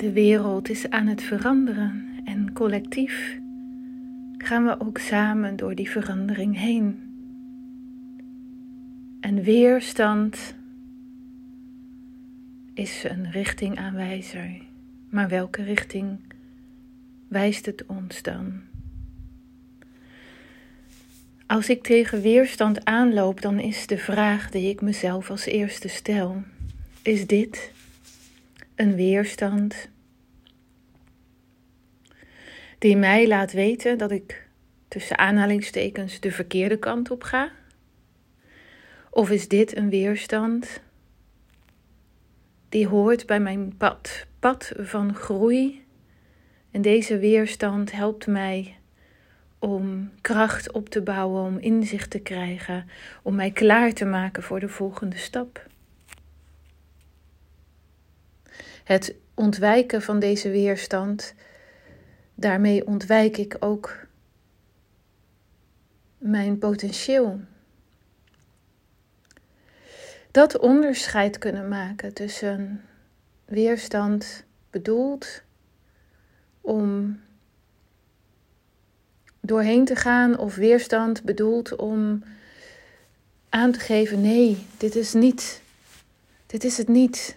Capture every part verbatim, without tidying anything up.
De wereld is aan het veranderen en collectief gaan we ook samen door die verandering heen. En weerstand is een richtingaanwijzer, maar welke richting wijst het ons dan? Als ik tegen weerstand aanloop, dan is de vraag die ik mezelf als eerste stel: is dit een weerstand die mij laat weten dat ik tussen aanhalingstekens de verkeerde kant op ga? Of is dit een weerstand die hoort bij mijn pad, pad van groei? En deze weerstand helpt mij om kracht op te bouwen, om inzicht te krijgen, om mij klaar te maken voor de volgende stap. Het ontwijken van deze weerstand, daarmee ontwijk ik ook mijn potentieel. Dat onderscheid kunnen maken tussen weerstand bedoeld om doorheen te gaan of weerstand bedoeld om aan te geven: nee, dit is niet, dit is het niet.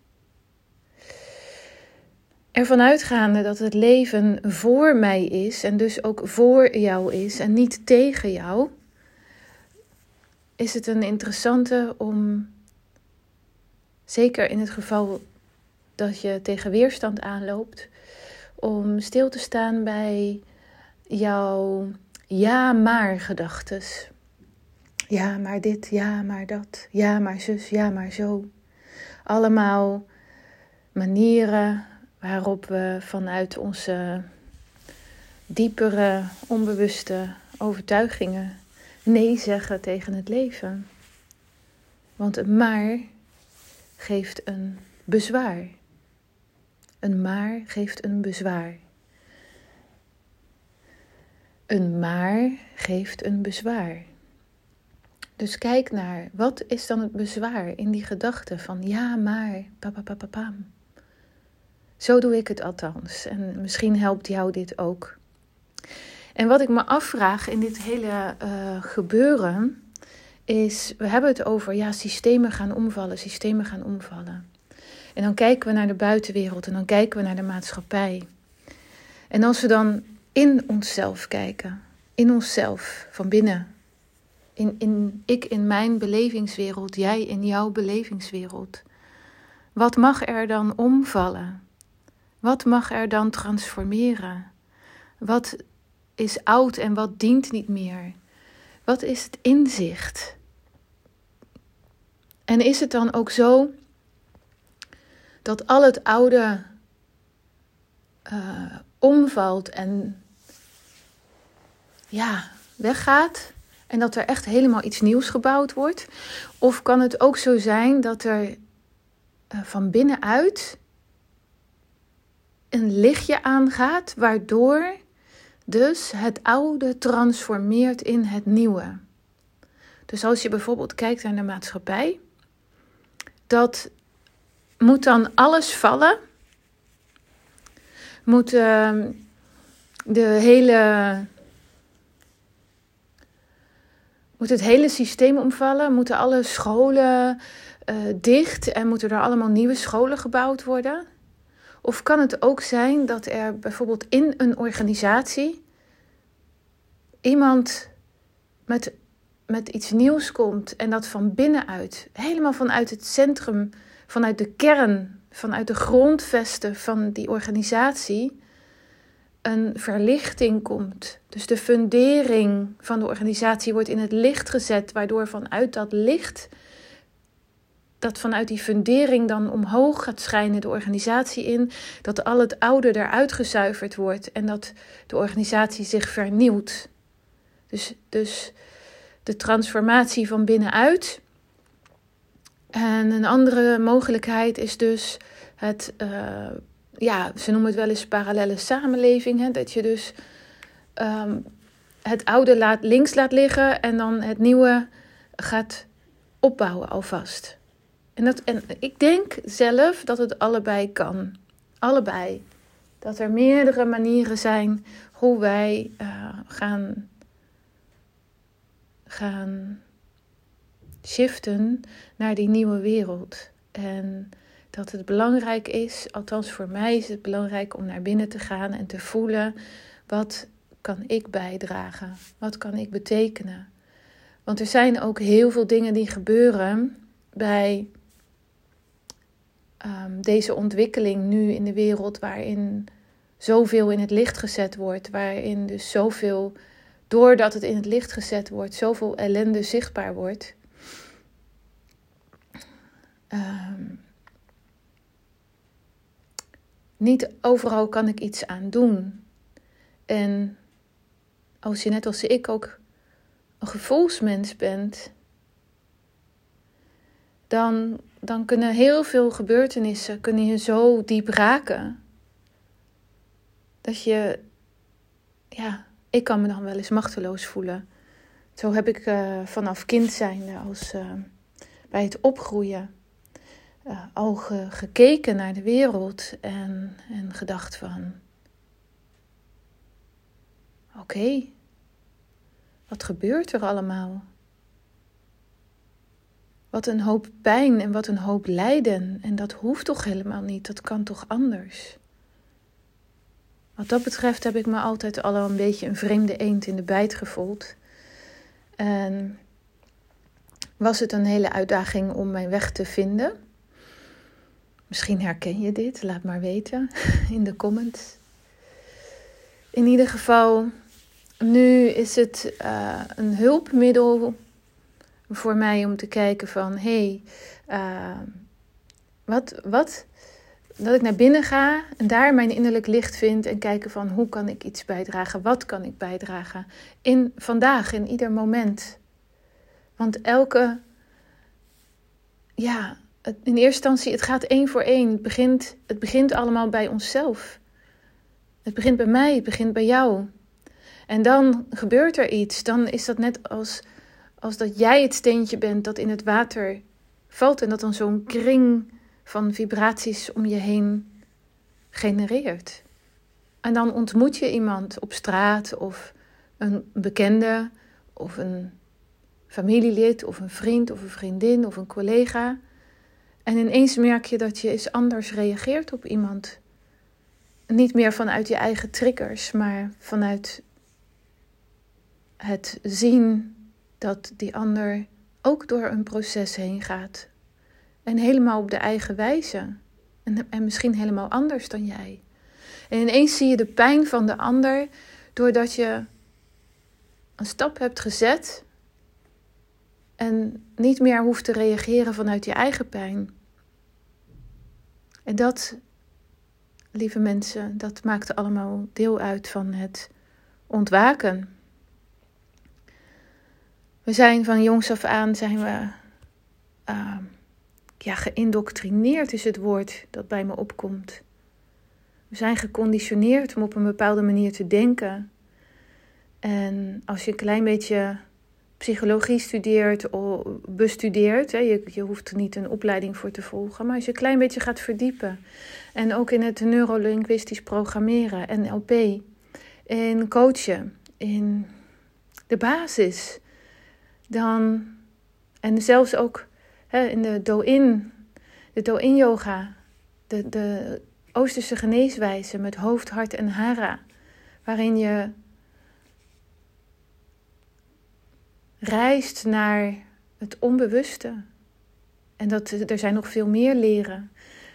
Ervan uitgaande dat het leven voor mij is en dus ook voor jou is en niet tegen jou, is het een interessante om, zeker in het geval dat je tegen weerstand aanloopt, om stil te staan bij jouw ja maar gedachtes. Ja maar dit, ja maar dat, ja maar zus, ja maar zo. Allemaal manieren waarop we vanuit onze diepere, onbewuste overtuigingen nee zeggen tegen het leven. Want een maar geeft een bezwaar. Een maar geeft een bezwaar. Een maar geeft een bezwaar. Dus kijk naar, wat is dan het bezwaar in die gedachte van ja maar, papapapapam. Zo doe ik het althans. En misschien helpt jou dit ook. En wat ik me afvraag in dit hele uh, gebeuren is, we hebben het over ja, systemen gaan omvallen, systemen gaan omvallen. En dan kijken we naar de buitenwereld en dan kijken we naar de maatschappij. En als we dan in onszelf kijken, in onszelf, van binnen. In, in, ik in mijn belevingswereld, jij in jouw belevingswereld. Wat mag er dan omvallen? Wat mag er dan transformeren? Wat is oud en wat dient niet meer? Wat is het inzicht? En is het dan ook zo dat al het oude uh, omvalt en ja, weggaat en dat er echt helemaal iets nieuws gebouwd wordt? Of kan het ook zo zijn dat er uh, van binnenuit een lichtje aangaat, waardoor dus het oude transformeert in het nieuwe? Dus als je bijvoorbeeld kijkt naar de maatschappij, dat moet dan alles vallen? Moet uh, de hele, moet het hele systeem omvallen? Moeten alle scholen uh, dicht en moeten er allemaal nieuwe scholen gebouwd worden? Of kan het ook zijn dat er bijvoorbeeld in een organisatie iemand met, met iets nieuws komt en dat van binnenuit, helemaal vanuit het centrum, vanuit de kern, vanuit de grondvesten van die organisatie, een verlichting komt. Dus de fundering van de organisatie wordt in het licht gezet, waardoor vanuit dat licht, dat vanuit die fundering dan omhoog gaat schijnen de organisatie in, dat al het oude eruit gezuiverd wordt en dat de organisatie zich vernieuwt. Dus, dus de transformatie van binnenuit. En een andere mogelijkheid is dus het, uh, ja, ze noemen het wel eens parallele samenleving, hè? Dat je dus um, het oude laat, links laat liggen en dan het nieuwe gaat opbouwen alvast. En, dat, en ik denk zelf dat het allebei kan. allebei. Dat er meerdere manieren zijn hoe wij uh, gaan, gaan shiften naar die nieuwe wereld. En dat het belangrijk is, althans voor mij is het belangrijk om naar binnen te gaan en te voelen, wat kan ik bijdragen? Wat kan ik betekenen? Want er zijn ook heel veel dingen die gebeuren bij um, deze ontwikkeling nu in de wereld, waarin zoveel in het licht gezet wordt, waarin dus zoveel, doordat het in het licht gezet wordt, zoveel ellende zichtbaar wordt. Um, niet overal kan ik iets aan doen. En als je net als ik ook een gevoelsmens bent, dan, dan kunnen heel veel gebeurtenissen kunnen je zo diep raken. Dat je, ja, ik kan me dan wel eens machteloos voelen. Zo heb ik uh, vanaf kind zijnde, als uh, bij het opgroeien, uh, al ge, gekeken naar de wereld en, en gedacht van, oké, okay, wat gebeurt er allemaal? Wat een hoop pijn en wat een hoop lijden. En dat hoeft toch helemaal niet, dat kan toch anders? Wat dat betreft heb ik me altijd al een beetje een vreemde eend in de bijt gevoeld. En was het een hele uitdaging om mijn weg te vinden. Misschien herken je dit, laat maar weten in de comments. In ieder geval, nu is het uh, een hulpmiddel voor mij om te kijken van, hé, hey, uh, wat, wat, dat ik naar binnen ga en daar mijn innerlijk licht vind en kijken van, hoe kan ik iets bijdragen, wat kan ik bijdragen in vandaag, in ieder moment. Want elke, ja, het, in eerste instantie, het gaat één voor één. Het begint, het begint allemaal bij onszelf. Het begint bij mij, het begint bij jou. En dan gebeurt er iets. Dan is dat net als, als dat jij het steentje bent dat in het water valt. En dat dan zo'n kring van vibraties om je heen genereert. En dan ontmoet je iemand op straat of een bekende of een familielid of een vriend of een vriendin of een collega. En ineens merk je dat je eens anders reageert op iemand. Niet meer vanuit je eigen triggers, maar vanuit het zien dat die ander ook door een proces heen gaat. En helemaal op de eigen wijze. En, en misschien helemaal anders dan jij. En ineens zie je de pijn van de ander doordat je een stap hebt gezet en niet meer hoeft te reageren vanuit je eigen pijn. En dat, lieve mensen, dat maakt allemaal deel uit van het ontwaken. We zijn van jongs af aan zijn we uh, ja, geïndoctrineerd is het woord dat bij me opkomt. We zijn geconditioneerd om op een bepaalde manier te denken. En als je een klein beetje psychologie studeert of bestudeert, hè, je, je hoeft er niet een opleiding voor te volgen, maar als je een klein beetje gaat verdiepen en ook in het neurolinguistisch programmeren, N L P, in coachen, in de basis, dan, en zelfs ook hè, in de Do-in, de Do-in yoga, de, de Oosterse geneeswijze met hoofd, hart en hara, waarin je reist naar het onbewuste. En dat, er zijn nog veel meer leren.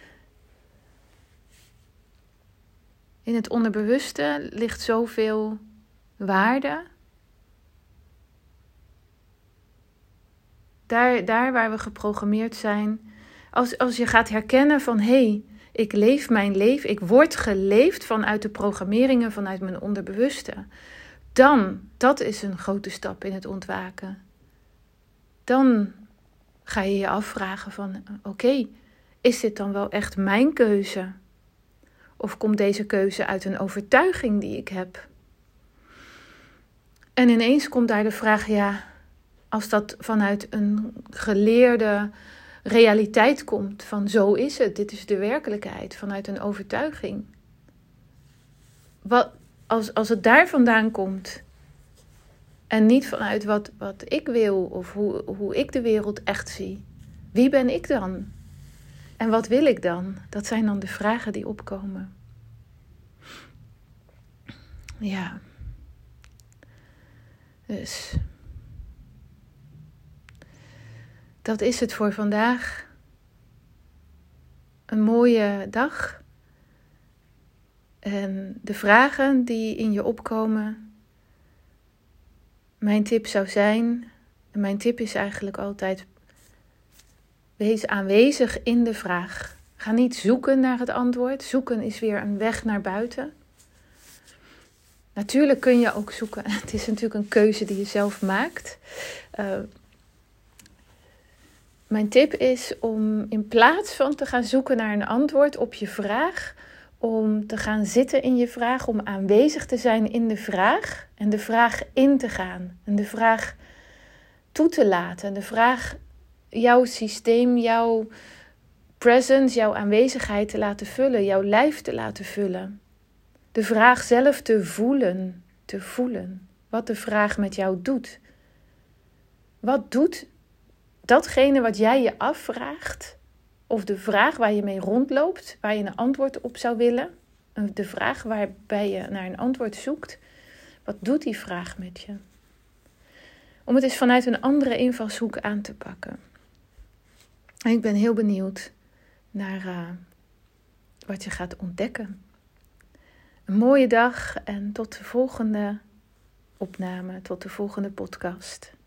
In het onderbewuste ligt zoveel waarde. Daar, daar waar we geprogrammeerd zijn. Als, als je gaat herkennen van, hé, hey, ik leef mijn leven. Ik word geleefd vanuit de programmeringen, vanuit mijn onderbewuste. Dan, dat is een grote stap in het ontwaken. Dan ga je je afvragen van, oké, okay, is dit dan wel echt mijn keuze? Of komt deze keuze uit een overtuiging die ik heb? En ineens komt daar de vraag, ja, als dat vanuit een geleerde realiteit komt van zo is het, dit is de werkelijkheid, vanuit een overtuiging. Wat, als, als het daar vandaan komt en niet vanuit wat, wat ik wil of hoe, hoe ik de wereld echt zie, wie ben ik dan? En wat wil ik dan? Dat zijn dan de vragen die opkomen. Ja. Dus dat is het voor vandaag. Een mooie dag. En de vragen die in je opkomen. Mijn tip zou zijn, en mijn tip is eigenlijk altijd, wees aanwezig in de vraag. Ga niet zoeken naar het antwoord. Zoeken is weer een weg naar buiten. Natuurlijk kun je ook zoeken. Het is natuurlijk een keuze die je zelf maakt. Uh, mijn tip is om in plaats van te gaan zoeken naar een antwoord op je vraag, om te gaan zitten in je vraag, om aanwezig te zijn in de vraag en de vraag in te gaan. En de vraag toe te laten. En de vraag jouw systeem, jouw presence, jouw aanwezigheid te laten vullen. Jouw lijf te laten vullen. De vraag zelf te voelen. Te voelen. Wat de vraag met jou doet. Wat doet datgene wat jij je afvraagt, of de vraag waar je mee rondloopt, waar je een antwoord op zou willen, de vraag waarbij je naar een antwoord zoekt, wat doet die vraag met je? Om het eens vanuit een andere invalshoek aan te pakken. En ik ben heel benieuwd naar uh, wat je gaat ontdekken. Een mooie dag en tot de volgende opname, tot de volgende podcast.